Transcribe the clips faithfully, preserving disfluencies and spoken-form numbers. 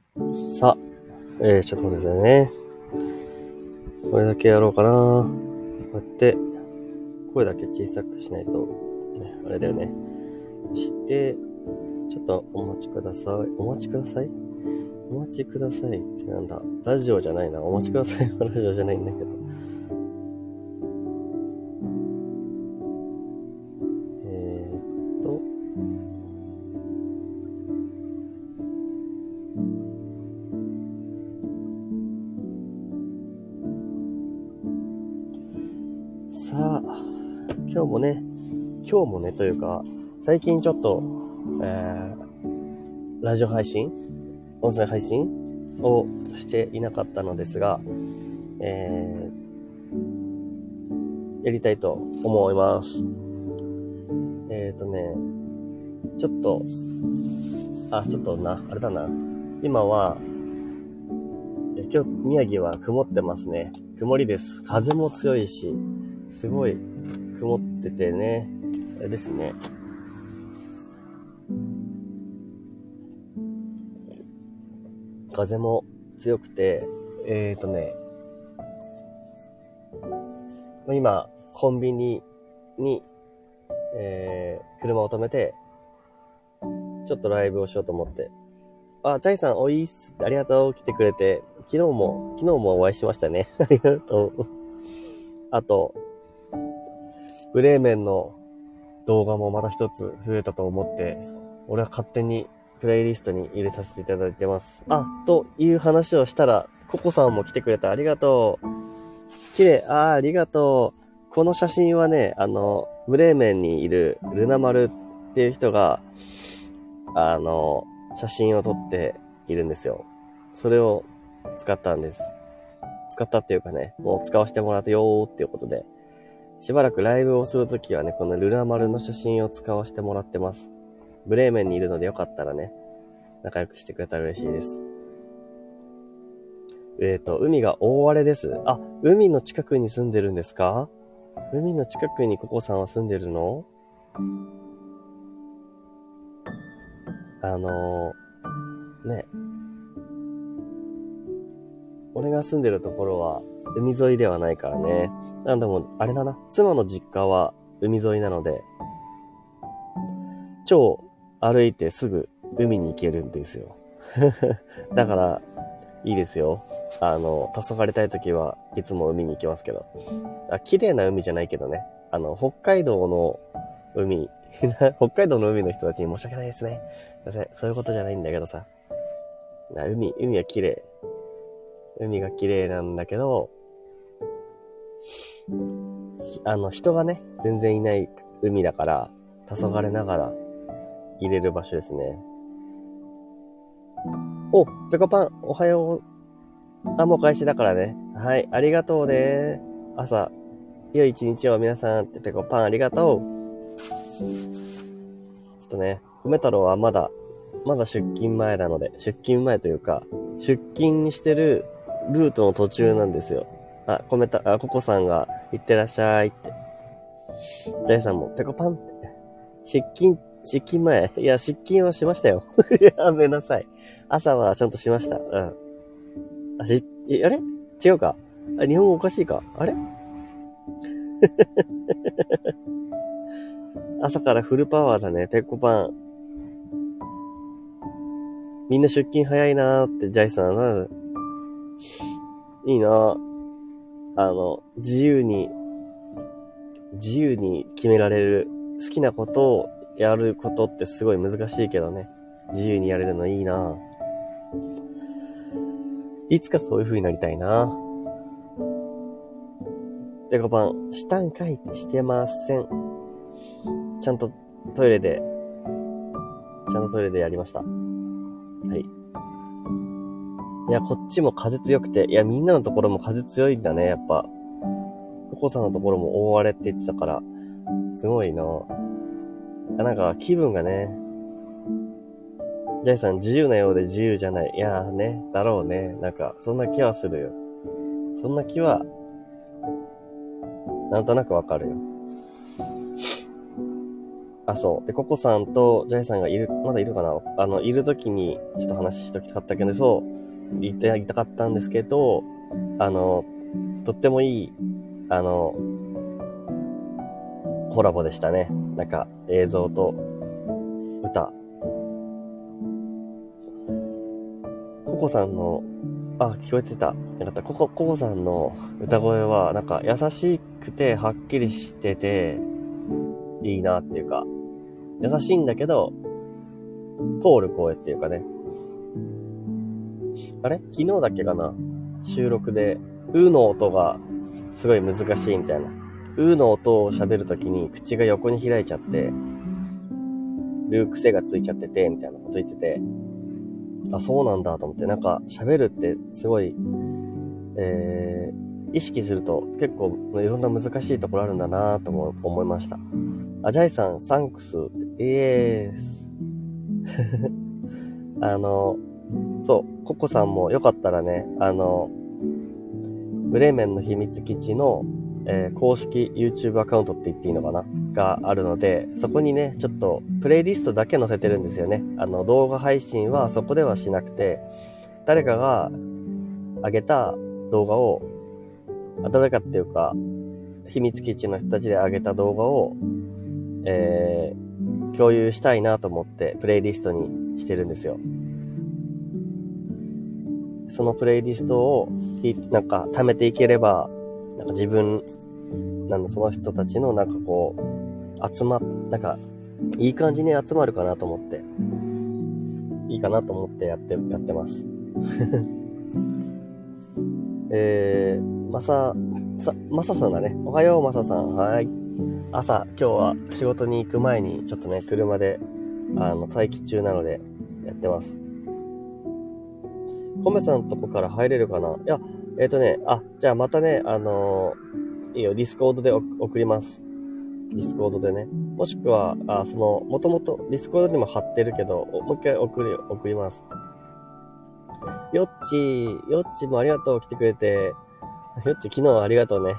さあ、えー、ちょっと待ってくださいね。これだけやろうかな。こうやって、声だけ小さくしないと、ね、あれだよね。そして、ちょっとお待ちください。お待ちくださいお待ちくださいってなんだ。ラジオじゃないな。お待ちくださいはラジオじゃないんだけど。えーっと。さあ、今日もね、今日もねというか、最近ちょっと、えー、ラジオ配信音声配信をしていなかったのですが、えー、やりたいと思います。えーとね、ちょっと、あ、ちょっとな、あれだな。今は、今日、宮城は曇ってますね。曇りです。風も強いし、すごい曇っててね、あれですね。風も強くて、えーとね、今、コンビニに、えー、車を止めて、ちょっとライブをしようと思って。あ、チャイさん、おいっす。ありがとう。来てくれて。昨日も、昨日もお会いしましたね。ありがとう。あと、ブレーメンの動画もまた一つ増えたと思って、俺は勝手にプレイリストに入れさせていただいてます。あ、という話をしたら、ココさんも来てくれた。ありがとう。綺麗。あー、ありがとう。この写真はね、あの、ブレーメンにいるルナマルっていう人が、あの、写真を撮っているんですよ。それを使ったんです。使ったっていうかね、もう使わせてもらったよーっていうことで、しばらくライブをするときはね、このルナマルの写真を使わせてもらってます。ブレーメンにいるのでよかったらね、仲良くしてくれたら嬉しいです。えっと、海が大荒れです。あ、海の近くに住んでるんですか？海の近くにココさんは住んでるの？あのー、ね。俺が住んでるところは海沿いではないからね。なんでも、あれだな。妻の実家は海沿いなので、超歩いてすぐ海に行けるんですよ。だから、いいですよ。あの、黄昏たい時はいつも海に行きますけど。あ、綺麗な海じゃないけどね。あの、北海道の海、北海道の海の人たちに申し訳ないですね。すいません。そういうことじゃないんだけどさ。海、海は綺麗。海が綺麗なんだけど、あの、人がね、全然いない海だから、黄昏ながら入れる場所ですね。お、ペコパン、おはよう。あ、もう開始だからね。はい、ありがとうね。朝、良い一日を皆さんってペコパンありがとう。ちょっとね、梅太郎はまだ、まだ出勤前なので、出勤前というか、出勤してるルートの途中なんですよ。あ、コメタ、あ、ココさんが、行ってらっしゃいって。ジャイさんも、ペコパンって。出勤、出勤前。いや、出勤はしましたよ。やめなさい。朝はちゃんとしました。うん。あ、し、あれ違うかあ、日本語おかしいかあれ朝からフルパワーだね、ペコパン。みんな出勤早いなーって、ジャイさん。いいなあの、自由に、自由に決められる。好きなことをやることってすごい難しいけどね。自由にやれるのいいないつかそういう風になりたいな。ペコパン、したんかいってしてません。ちゃんとトイレで、ちゃんとトイレでやりました。はい。いや、こっちも風強くて、いや、みんなのところも風強いんだね、やっぱ。ココさんのところも大荒れって言ってたから、すごいな。なんか、気分がね、ジャイさん自由なようで自由じゃない。いやーね、だろうね。なんか、そんな気はするよ。そんな気は、なんとなくわかるよ。 あ、そう。で、ココさんとジャイさんがいる、まだいるかなあの、いるときに、ちょっと話しときたかったけど、そう、言って、言いたかったんですけど、あの、とってもいい、あの、コラボでしたね。なんか、映像と歌。ココさんの、あ、聞こえてた。よかった。ココ、ココさんの歌声は、なんか、優しくて、はっきりしてて、いいなっていうか、優しいんだけど、通る声っていうかね。あれ昨日だっけかな収録で、うの音がすごい難しいみたいな。うの音を喋るときに口が横に開いちゃって、る癖がついちゃってて、みたいなこと言ってて、あ、そうなんだと思って、なんか喋るってすごい、えー、意識すると結構いろんな難しいところあるんだなとも思いました。あ、ジャイさん、サンクス、イエース。あの、そう、ココさんもよかったらね、あの、ブレーメンの秘密基地の、えー、公式 YouTube アカウントって言っていいのかながあるので、そこにね、ちょっとプレイリストだけ載せてるんですよね。あの、動画配信はそこではしなくて、誰かが上げた動画を、誰かっていうか、秘密基地の人たちで上げた動画を、えー、共有したいなと思ってプレイリストにしてるんですよ。そのプレイリストをなんか貯めていければ、なんか自分、なんだその人たちのなんかこう集まっなんかいい感じに集まるかなと思って、いいかなと思ってやってやってます。えー、まささまささんだね。おはようまささん。はい。朝今日は仕事に行く前にちょっとね車であの待機中なのでやってます。コメさんとこから入れるかな。いや、えっとね、あ、じゃあまたね、あのー、いいよ、ディスコードで送ります。ディスコードでね。もしくは、あ、その、もともとディスコードにも貼ってるけど、もう一回送るよ、送ります。よっちー、よっちもありがとう、来てくれて。よっち、昨日はありがとうね。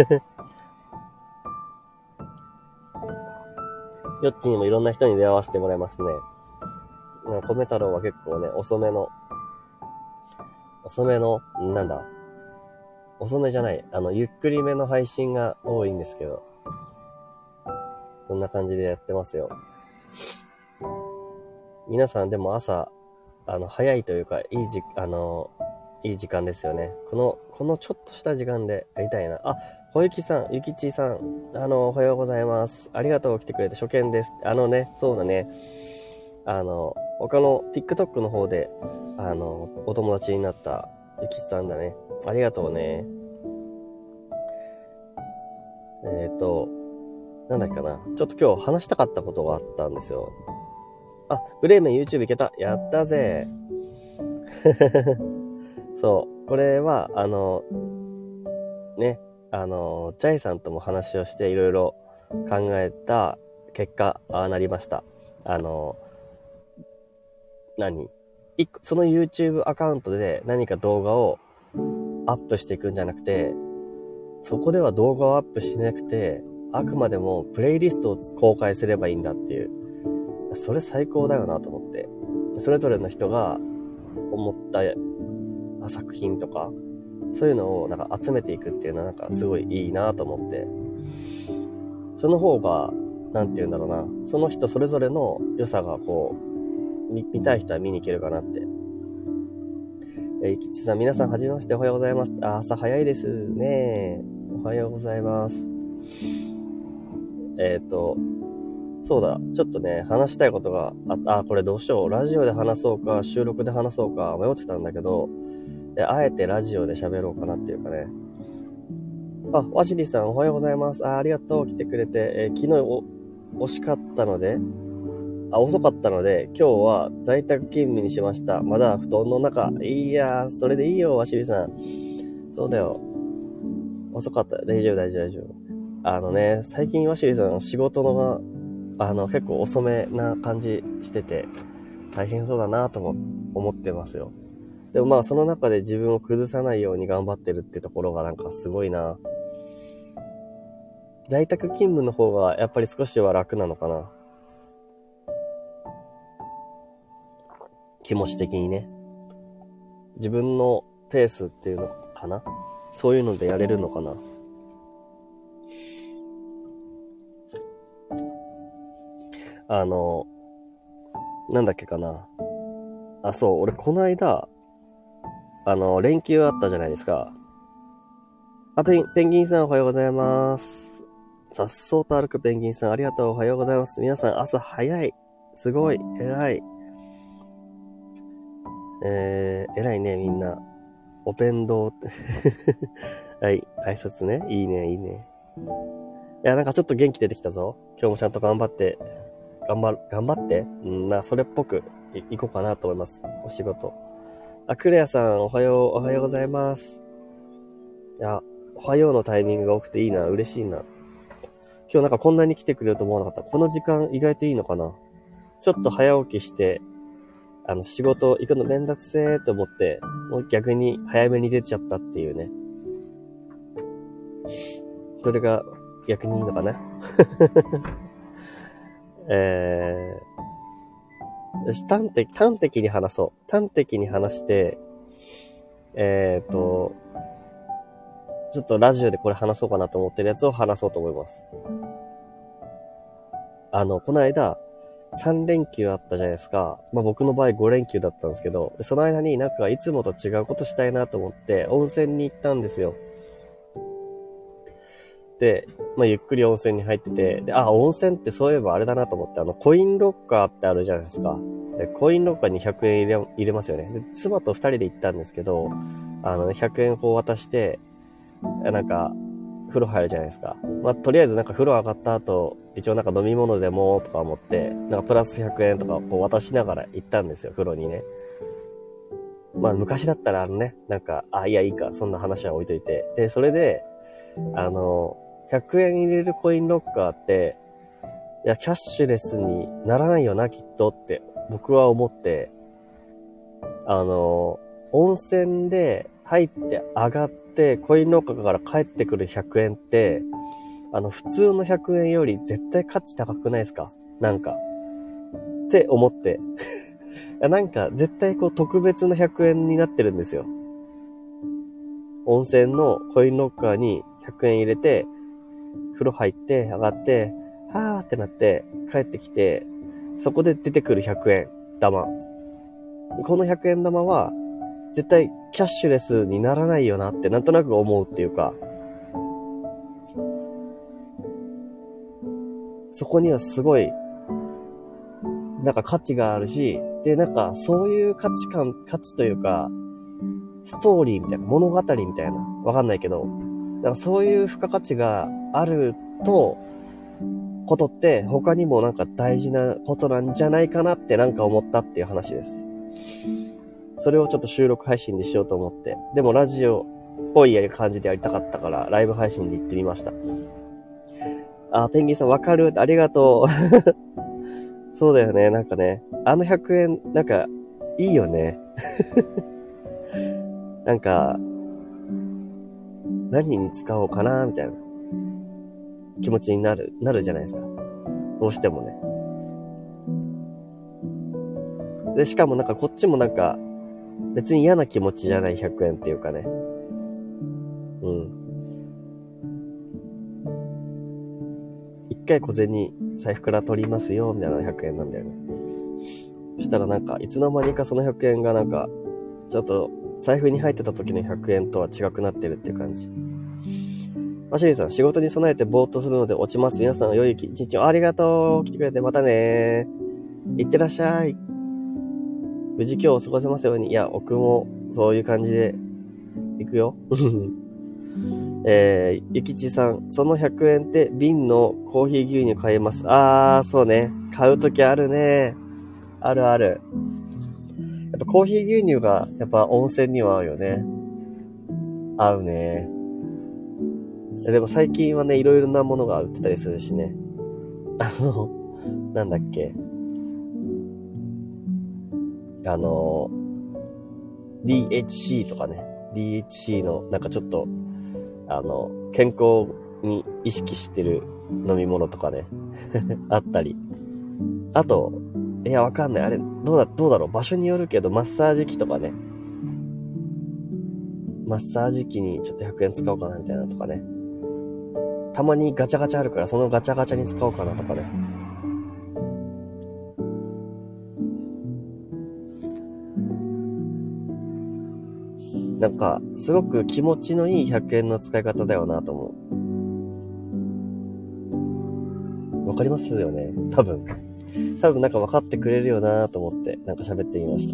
よっちにもいろんな人に出会わせてもらいますね。米太郎は結構ね、遅めの、遅めの、なんだ遅めじゃない。あの、ゆっくりめの配信が多いんですけど。そんな感じでやってますよ。皆さんでも朝、あの、早いというか、いいじ、あの、いい時間ですよね。この、このちょっとした時間でやりたいな。あ、ほゆきさん、ゆきちさん、あの、おはようございます。ありがとう、来てくれて初見です。あのね、そうだね。あの、他の TikTok の方で、あの、お友達になったゆきちさんだね。ありがとうね。えっと、なんだっけかな。ちょっと今日話したかったことがあったんですよ。あ、ブレーメン YouTube 行けた。やったぜ。そう。これは、あの、ね、あの、ジャイさんとも話をしていろいろ考えた結果、ああなりました。あの、何その YouTube アカウントで何か動画をアップしていくんじゃなくて、そこでは動画をアップしなくて、あくまでもプレイリストを公開すればいいんだっていう。それ最高だよなと思って。それぞれの人が思った作品とか、そういうのをなんか集めていくっていうのはなんかすごいいいなと思って。その方が、なんて言うんだろうな。その人それぞれの良さがこう、見, 見たい人は見に行けるかなって。えー、きちさん、皆さんはじめましておはようございます。あ、朝早いですね。おはようございます。えっと、そうだ、ちょっとね、話したいことがあった。あ、これどうしよう。ラジオで話そうか、収録で話そうか、迷ってたんだけど、あえてラジオで喋ろうかなっていうかね。あ、ワシリさんおはようございます。あ、ありがとう、来てくれて。えー、昨日お、惜しかったので、あ、遅かったので、今日は在宅勤務にしました。まだ布団の中。いやー、それでいいよ、ワシリさん。そうだよ。遅かった。大丈夫、大丈夫、大丈夫。あのね、最近ワシリさん仕事の、あの、結構遅めな感じしてて、大変そうだなとも思ってますよ。でもまあ、その中で自分を崩さないように頑張ってるってところがなんかすごいな。在宅勤務の方がやっぱり少しは楽なのかな。 気持ち的にね。自分のペースっていうのかな。そういうのでやれるのかな。あの、なんだっけかな。あ、そう、俺この間、あの、連休あったじゃないですか。あ、ペン、ペンギンさんおはようございます。さっそうと歩くペンギンさんありがとうおはようございます。皆さん朝早い。すごい、偉い。えー、偉いね、みんな。お弁当って。はい、挨拶ね。いいね、いいね。いや、なんかちょっと元気出てきたぞ。今日もちゃんと頑張って、頑張る、頑張ってうんな、それっぽくい、いこうかなと思います。お仕事。あ、クレアさん、おはよう、おはようございます。いや、おはようのタイミングが多くていいな、嬉しいな。今日なんかこんなに来てくれると思わなかった。この時間意外といいのかな。ちょっと早起きして、あの、仕事行くのめんどくせーと思って、もう逆に早めに出ちゃったっていうね。それが逆にいいのかな。えー、よし、端的、端的に話そう。端的に話して、えーと、ちょっとラジオでこれ話そうかなと思ってるやつを話そうと思います。あの、この間、さん連休あったじゃないですか。まあ僕の場合ご連休だったんですけど、その間になんかいつもと違うことしたいなと思って温泉に行ったんですよ。で、まあゆっくり温泉に入ってて、で、あ、温泉ってそういえばあれだなと思って、あのコインロッカーってあるじゃないですか。で、コインロッカーにひゃくえん入れ、入れますよね。で、妻とふたりで行ったんですけど、あの、ひゃくえんこう渡して、なんか、風呂入るじゃないですか。まあ、とりあえずなんか風呂上がった後、一応なんか飲み物でもとか思って、なんかプラスひゃくえんとかをこう渡しながら行ったんですよ、風呂にね。まあ、昔だったらあのね、なんか、あ、いやいいか、そんな話は置いといて。で、それで、あの、ひゃくえん入れるコインロッカーって、いや、キャッシュレスにならないよな、きっとって、僕は思って、あの、温泉で入って上がって、コインロッカーから帰ってくるひゃくえんって、あの、普通のひゃくえんより絶対価値高くないですか？なんか。って思って。なんか、絶対こう特別なひゃくえんになってるんですよ。温泉のコインロッカーにひゃくえん入れて、風呂入って、上がって、はーってなって、帰ってきて、そこで出てくるひゃくえん玉。このひゃくえん玉は、絶対キャッシュレスにならないよなってなんとなく思うっていうか、そこにはすごい、なんか価値があるし、で、なんかそういう価値観、価値というか、ストーリーみたいな、物語みたいな、わかんないけど、なんかそういう付加価値があると、ことって他にもなんか大事なことなんじゃないかなってなんか思ったっていう話です。それをちょっと収録配信でしようと思って、でもラジオっぽい感じでやりたかったから、ライブ配信で行ってみました。あ、ペンギンさんわかる？ありがとう。そうだよね。なんかね、あのひゃくえん、なんか、いいよね。なんか、何に使おうかな、みたいな気持ちになる、なるじゃないですか。どうしてもね。で、しかもなんかこっちもなんか、別に嫌な気持ちじゃないひゃくえんっていうかね。うん。一回小銭財布から取りますよ、みたいなひゃくえんなんだよね。そしたらなんか、いつの間にかそのひゃくえんがなんか、ちょっと、財布に入ってた時のひゃくえんとは違くなってるっていう感じ。マシリーさん、仕事に備えてぼーっとするので落ちます。皆さん、良い一日をありがとう。来てくれてまたねー。いってらっしゃい。無事今日過ごせますように。いや、僕もそういう感じで行くよ。えー、ゆきちさん、そのひゃくえんって瓶のコーヒー牛乳買えます。あー、そうね。買うときあるね。あるある。やっぱコーヒー牛乳がやっぱ温泉には合うよね。合うね。でも最近はね、いろいろなものが売ってたりするしね。あの、なんだっけ。あの、ディーエイチシー とかね。ディーエイチシー のなんかちょっと、あの、健康に意識してる飲み物とかね。あったり。あと、 いや、わかんない。あれ、どうだ、どうだろう。場所によるけど、マッサージ機とかね。マッサージ機にちょっとひゃくえん使おうかなみたいなとかね。たまにガチャガチャあるから、そのガチャガチャに使おうかなとかね。なんか、すごく気持ちのいいひゃくえんの使い方だよなと思う。わかりますよね？多分。多分なんか分かってくれるよなと思って、なんか喋ってみました。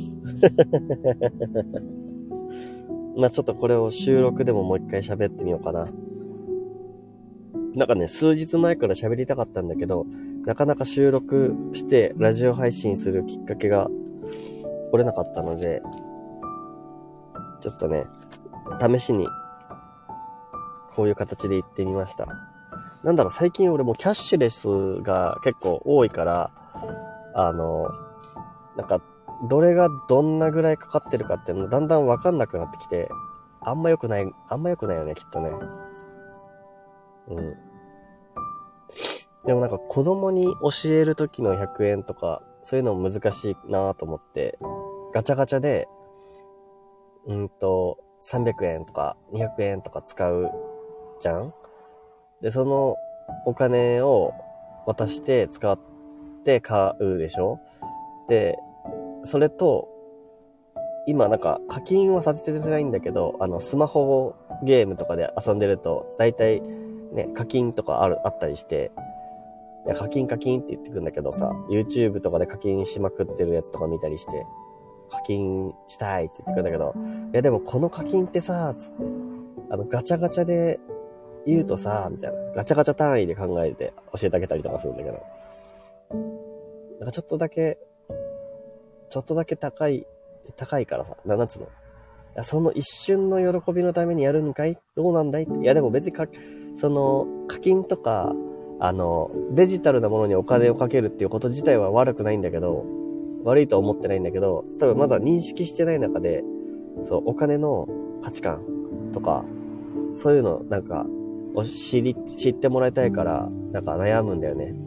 まあちょっとこれを収録でももう一回喋ってみようかな。なんかね、数日前から喋りたかったんだけど、なかなか収録してラジオ配信するきっかけが来れなかったので、ちょっとね、試しにこういう形で言ってみました。なんだろう、最近俺もキャッシュレスが結構多いから、あの、なんか、どれがどんなぐらいかかってるかっていうのだんだんわかんなくなってきて、あんま良くない、あんま良くないよね、きっとね。うん。でもなんか子供に教える時のひゃくえんとか、そういうのも難しいなと思って、ガチャガチャで、うんと、さんびゃくえんとかにひゃくえんとか使うじゃん？で、そのお金を渡して使って買うでしょ？で、それと、今なんか課金はさせてないんだけど、あのスマホゲームとかで遊んでると、だいたいね、課金とかある、あったりして、いや課金課金って言ってくるんだけどさ、YouTube とかで課金しまくってるやつとか見たりして、課金したいって言ってくるんだけど、いやでもこの課金ってさ、つって、あのガチャガチャで言うとさ、みたいな、ガチャガチャ単位で考えて教えてあげたりとかするんだけど、なんかちょっとだけ、ちょっとだけ高い、高いからさ、なんつうの。その一瞬の喜びのためにやるんかい？どうなんだいって。いやでも別にか、その、課金とか、あの、デジタルなものにお金をかけるっていうこと自体は悪くないんだけど、悪いとは思ってないんだけど、多分まだ認識してない中で、そう、お金の価値観とか、そういうのなんか、を知り、知ってもらいたいから、なんか悩むんだよね。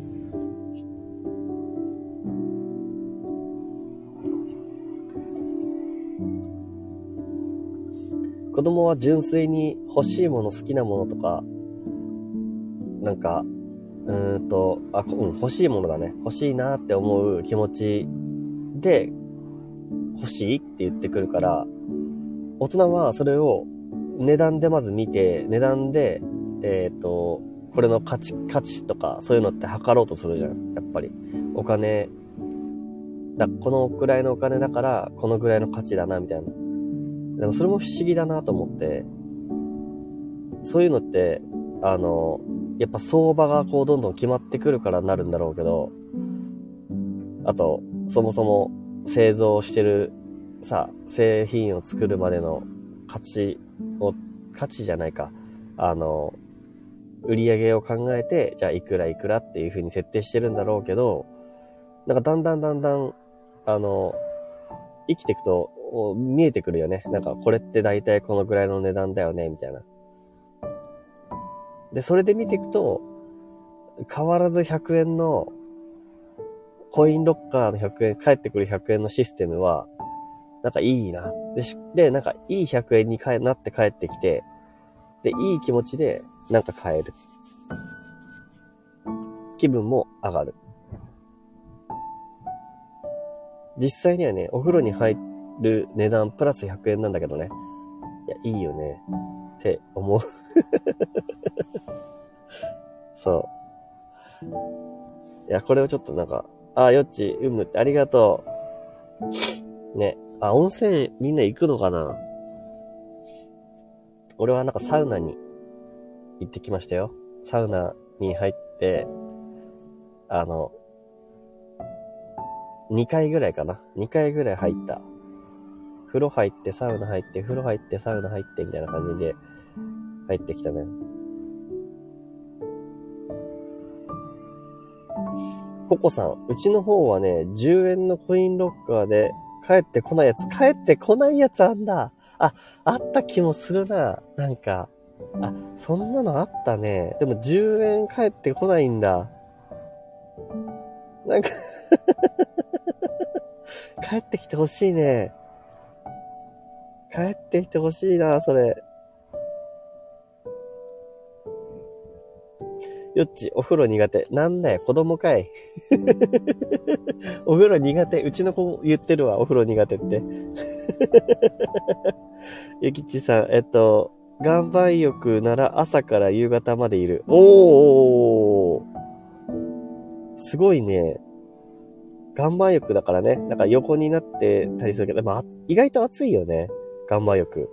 子供は純粋に欲しいもの、好きなものとか、なんか、うーんと、あ、うん、欲しいものだね。欲しいなって思う気持ちで、欲しいって言ってくるから、大人はそれを値段でまず見て、値段で、えっと、これの価値、価値とか、そういうのって測ろうとするじゃん。やっぱり。お金、だ、このくらいのお金だから、このぐらいの価値だな、みたいな。でもそれも不思議だなと思って、そういうのって、あの、やっぱ相場がこうどんどん決まってくるからなるんだろうけど、あと、そもそも製造してるさ、製品を作るまでの価値を、価値じゃないか。あの、売り上げを考えて、じゃあいくらいくらっていう風に設定してるんだろうけど、なんかだんだんだんだん、あの、生きていくと見えてくるよね。なんかこれって大体このぐらいの値段だよね、みたいな。で、それで見ていくと、変わらずひゃくえんの、コインロッカーのひゃくえん、返ってくるひゃくえんのシステムは、なんかいいな。で、しでなんかいいひゃくえんになって帰ってきて、で、いい気持ちでなんか買える。気分も上がる。実際にはね、お風呂に入る値段プラスひゃくえんなんだけどね。いや、いいよね。って思う。そう。いや、これをちょっとなんか、あ、よっち、うむってありがとう。ね。あ、温泉みんな行くのかな？俺はなんかサウナに行ってきましたよ。サウナに入って、あの、にかいぐらいかな。にかいぐらい入った。風呂入って、サウナ入って、風呂入って、サウナ入って、みたいな感じで入ってきたね。ココさん、うちの方はね、じゅうえんのコインロッカーで帰ってこないやつ、帰ってこないやつあんだ。あ、あった気もするな。なんか、あ、そんなのあったね。でもじゅうえん帰ってこないんだ。なんか帰ってきてほしいね。帰ってきてほしいな、それ。よっち、お風呂苦手。なんだよ、子供かい。お風呂苦手。うちの子言ってるわ、お風呂苦手って。ゆきちさん、えっと、岩盤浴なら朝から夕方までいる。おー。すごいね。岩盤浴だからね。なんか横になってたりするけど、まあ、意外と暑いよね。岩盤浴。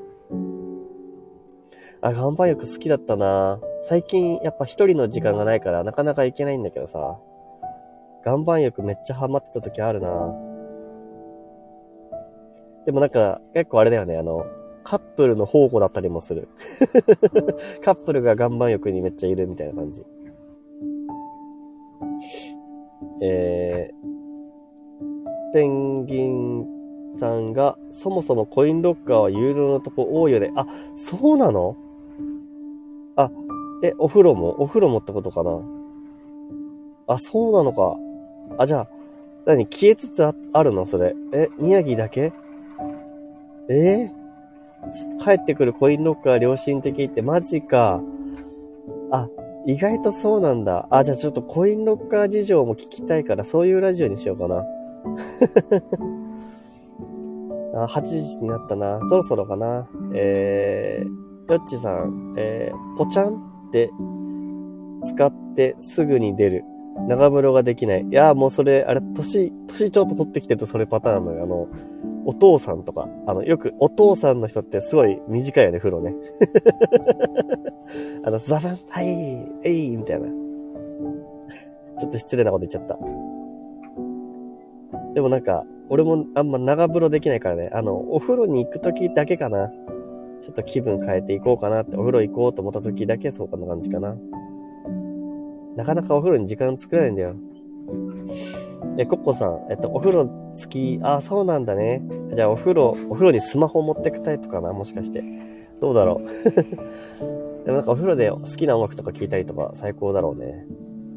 あ、岩盤浴好きだったな。最近やっぱ一人の時間がないからなかなか行けないんだけどさ。岩盤浴めっちゃハマってた時あるな。でもなんか結構あれだよね。あの、カップルの宝庫だったりもする。カップルが岩盤浴にめっちゃいるみたいな感じ。えー、ペンギンさんが、そもそもコインロッカーは有料のとこ多いよね。あ、そうなの？あ、え、お風呂もお風呂もってことかな？あ、そうなのか。あ、じゃあ、何消えつつ あ, あるのそれ。え、宮城だけ？えー、帰ってくるコインロッカー良心的ってマジか。あ、意外とそうなんだ。あ、じゃあちょっとコインロッカー事情も聞きたいから、そういうラジオにしようかな。あ、はちじになったな。そろそろかな。えー、よっちさん、えー、ポチャンって使ってすぐに出る。長風呂ができない。いやーもうそれ、あれ、年、年ちょっと取ってきてるとそれパターンなのよ。あの、お父さんとか、あの、よくお父さんの人ってすごい短いよね、風呂ね。あの、ザバン、はい、えい、みたいな。ちょっと失礼なこと言っちゃった。でもなんか、俺もあんま長風呂できないからね、あの、お風呂に行くときだけかな。ちょっと気分変えていこうかなって、お風呂行こうと思ったときだけそうかな感じかな。なかなかお風呂に時間作れないんだよ。え、コッコさん、えっと、お風呂好き、あ、そうなんだね。じゃあお風呂、お風呂にスマホ持ってくタイプかなもしかして。どうだろう。でもなんかお風呂で好きな音楽とか聞いたりとか最高だろうね。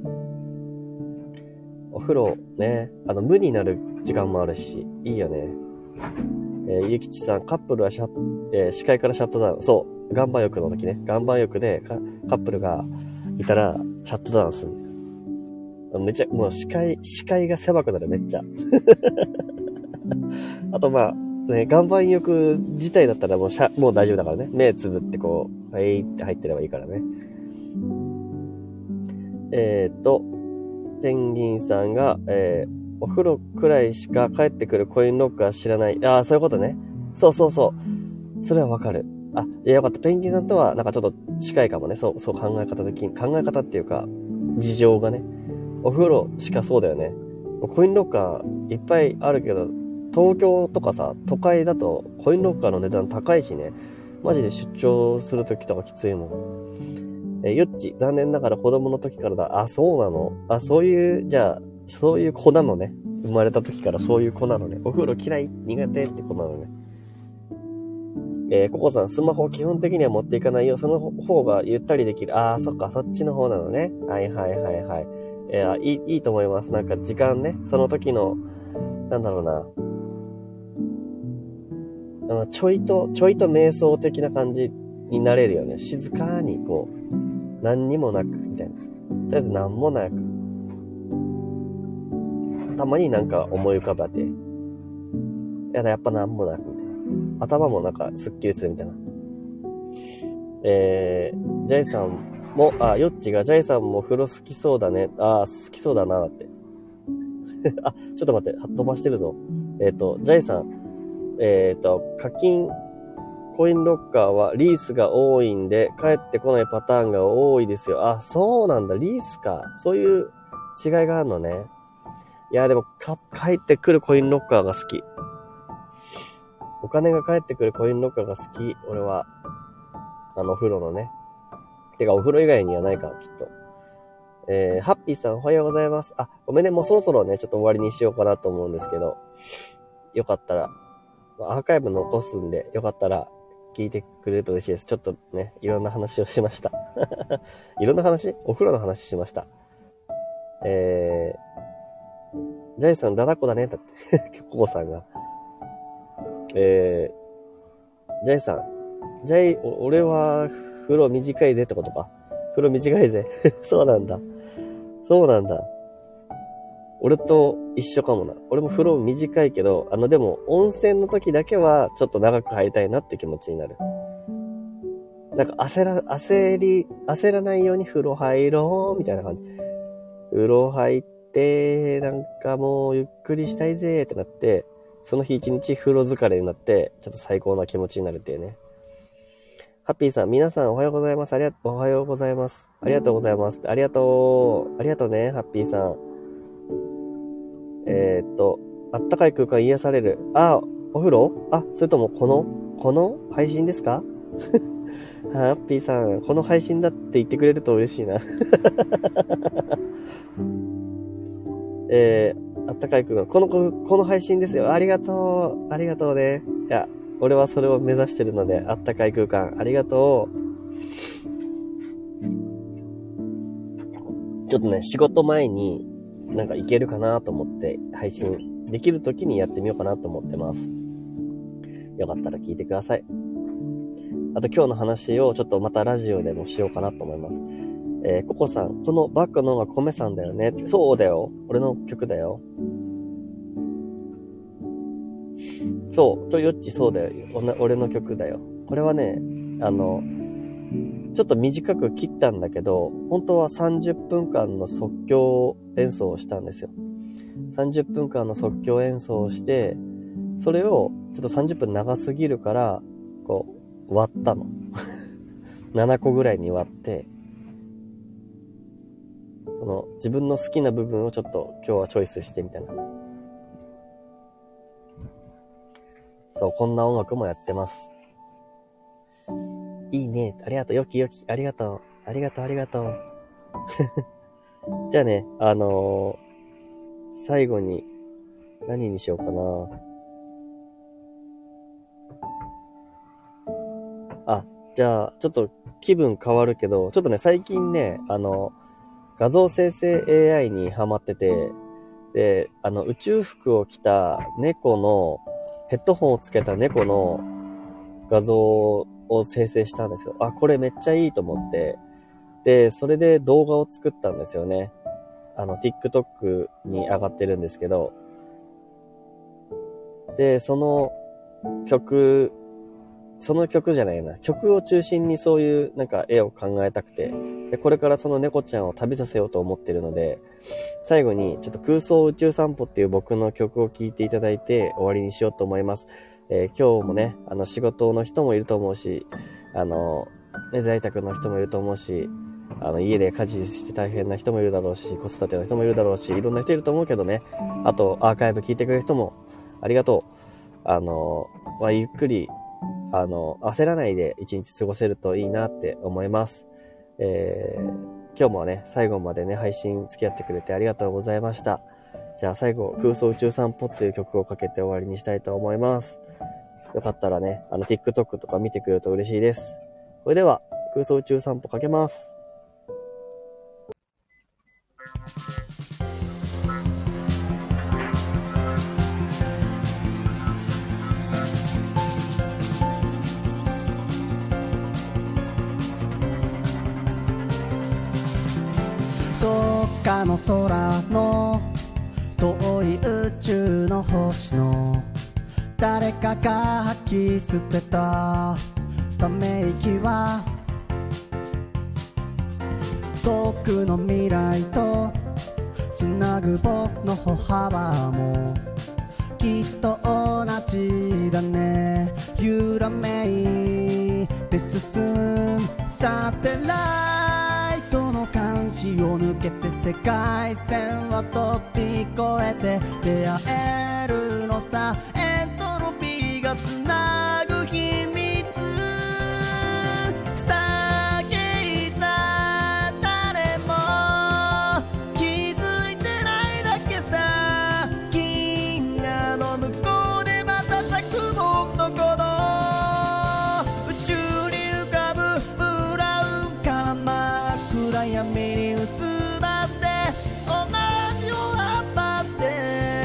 お風呂ね、あの、無になる時間もあるし、いいよね。えー、ゆきちさん、カップルはシャッ、えー、視界からシャットダウン。そう、岩盤浴の時ね。岩盤浴でカップルがいたら、シャットダウンするんだよ。めっちゃ、もう視界、視界が狭くなる、めっちゃ。あとまあ、ね、岩盤浴自体だったらもうしゃ、もう大丈夫だからね。目つぶってこう、はいって入ってればいいからね。えーと、ペンギンさんが、えー、お風呂くらいしか帰ってくるコインロッカー知らない。ああ、そういうことね。そうそうそう。それはわかる。あ、じゃあよかった。ペンギンさんとはなんかちょっと近いかもね。そう、そう考え方的に。考え方っていうか、事情がね。お風呂しかそうだよね。コインロッカーいっぱいあるけど、東京とかさ、都会だとコインロッカーの値段高いしね。マジで出張するときとかきついもん。え、ゆっち、残念ながら子供の時からだ。あ、そうなの？あ、そういう、じゃあ、そういう子なのね。生まれた時からそういう子なのね。お風呂嫌い、苦手って子なのね。えー、ココさん、スマホ基本的には持っていかないよ。その方がゆったりできる。あー、そっか、そっちの方なのね。はいはいはいはい。えー、いい、いいと思います。なんか時間ね、その時の、なんだろうな。あのちょいと、ちょいと瞑想的な感じになれるよね。静かにこう、何にもなく、みたいな。とりあえず何もなく。たまになんか思い浮かべて。いやだ、やっぱ何もなく、みたいな。頭もなんかスッキリするみたいな。えー、ジャイさんも、あ、ヨッチがジャイさんも風呂好きそうだね。あー、好きそうだなって。あ、ちょっと待って、飛ばしてるぞ。えっと、ジャイさん、えっと、課金、コインロッカーはリースが多いんで、帰ってこないパターンが多いですよ。あ、そうなんだ、リースか。そういう違いがあるのね。いや、でも、か、帰ってくるコインロッカーが好き。お金が返ってくるコインロッカーが好き。俺は、あの、お風呂のね。てか、お風呂以外にはないか、きっと。えー、ハッピーさんおはようございます。あ、ごめんね、もうそろそろね、ちょっと終わりにしようかなと思うんですけど、よかったら、アーカイブ残すんで、よかったら、聞いてくれると嬉しいです。ちょっとね、いろんな話をしました。いろんな話？お風呂の話しました。えー、 ジャイさん、ダダこだね。だって。ココさんが。えー、ジャイさん。ジャイ、俺は、風呂短いぜってことか。風呂短いぜ。そうなんだ。そうなんだ。俺と一緒かもな。俺も風呂短いけど、あの、でも、温泉の時だけは、ちょっと長く入りたいなって気持ちになる。なんか、焦ら、焦り、焦らないように風呂入ろう、みたいな感じ。風呂入って、なんかもう、ゆっくりしたいぜってなって、その日一日風呂疲れになって、ちょっと最高な気持ちになるっていうね。ハッピーさん、皆さんおはようございます。ありがとう、おはようございます。ありがとうございます。ありがとう。ありがとうね、ハッピーさん。えー、っと、あったかい空間癒される。あ、お風呂？あ、それともこの、この配信ですか？ハッピーさん、この配信だって言ってくれると嬉しいな。えー、あったかい空間、この、この配信ですよ。ありがとう。ありがとうね。いや、俺はそれを目指してるので、あったかい空間、ありがとう。ちょっとね、仕事前になんかいけるかなと思って配信できる時にやってみようかなと思ってます。よかったら聞いてください。あと今日の話をちょっとまたラジオでもしようかなと思います。えー、ココさん、このバックの音が米さんだよね。そうだよ。俺の曲だよ。そう、ちょ、よっちそうだよ。俺の曲だよ。これはね、あの、ちょっと短く切ったんだけど、本当はさんじゅっぷんかんの即興演奏をしたんですよ。さんじゅっぷんかんの即興演奏をして、それをちょっとさんじゅっぷん長すぎるから、こう、割ったの。ななこぐらいに割って、この自分の好きな部分をちょっと今日はチョイスしてみたいな。そう、こんな音楽もやってます。いいね。ありがとう。よきよき。ありがとう。ありがとう、ありがとう。じゃあね、あのー、最後に何にしようかな。あ、じゃあ、ちょっと気分変わるけど、ちょっとね、最近ね、あの、画像生成 エーアイ にハマってて、で、あの、宇宙服を着た猫の、ヘッドホンをつけた猫の画像を生成したんですよ。あ、これめっちゃいいと思って。で、それで動画を作ったんですよね。あの、TikTok に上がってるんですけど。で、その曲、その曲じゃないな。曲を中心にそういうなんか絵を考えたくて。で、これからその猫ちゃんを旅させようと思ってるので、最後にちょっと空想宇宙散歩っていう僕の曲を聴いていただいて終わりにしようと思います。えー、今日もね、あの仕事の人もいると思うし、あの、ね、在宅の人もいると思うし、あの、家で家事して大変な人もいるだろうし、子育ての人もいるだろうし、いろんな人いると思うけどね。あと、アーカイブ聞いてくれる人もありがとう。あの、まあ、ゆっくり、あの、焦らないで一日過ごせるといいなって思います。えー、今日もね、最後までね、配信付き合ってくれてありがとうございました。じゃあ最後、空想宇宙散歩っていう曲をかけて終わりにしたいと思います。よかったらね、あの TikTok とか見てくれると嬉しいです。それでは、空想宇宙散歩かけます。 どっかの空の遠い宇宙の星の誰かが吐き捨てたため息は遠くの未来とつなぐ僕の歩幅もきっと同じだね。揺らめいて進むサテライトの監視を抜けて世界線は飛び越えて出会えるのさ。エントロピーがつなぐ秘密スターゲイザー誰も気づいてないだけさ。銀河の向こうで瞬く僕の鼓動宇宙に浮かぶブラウンカマ暗闇に薄まって同じを張って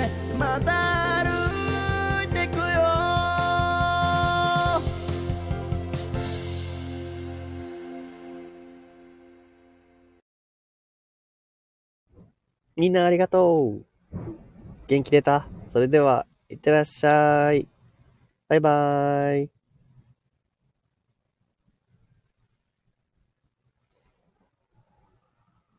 みんなありがとう。元気出た。それでは、いってらっしゃい。バイバーイ。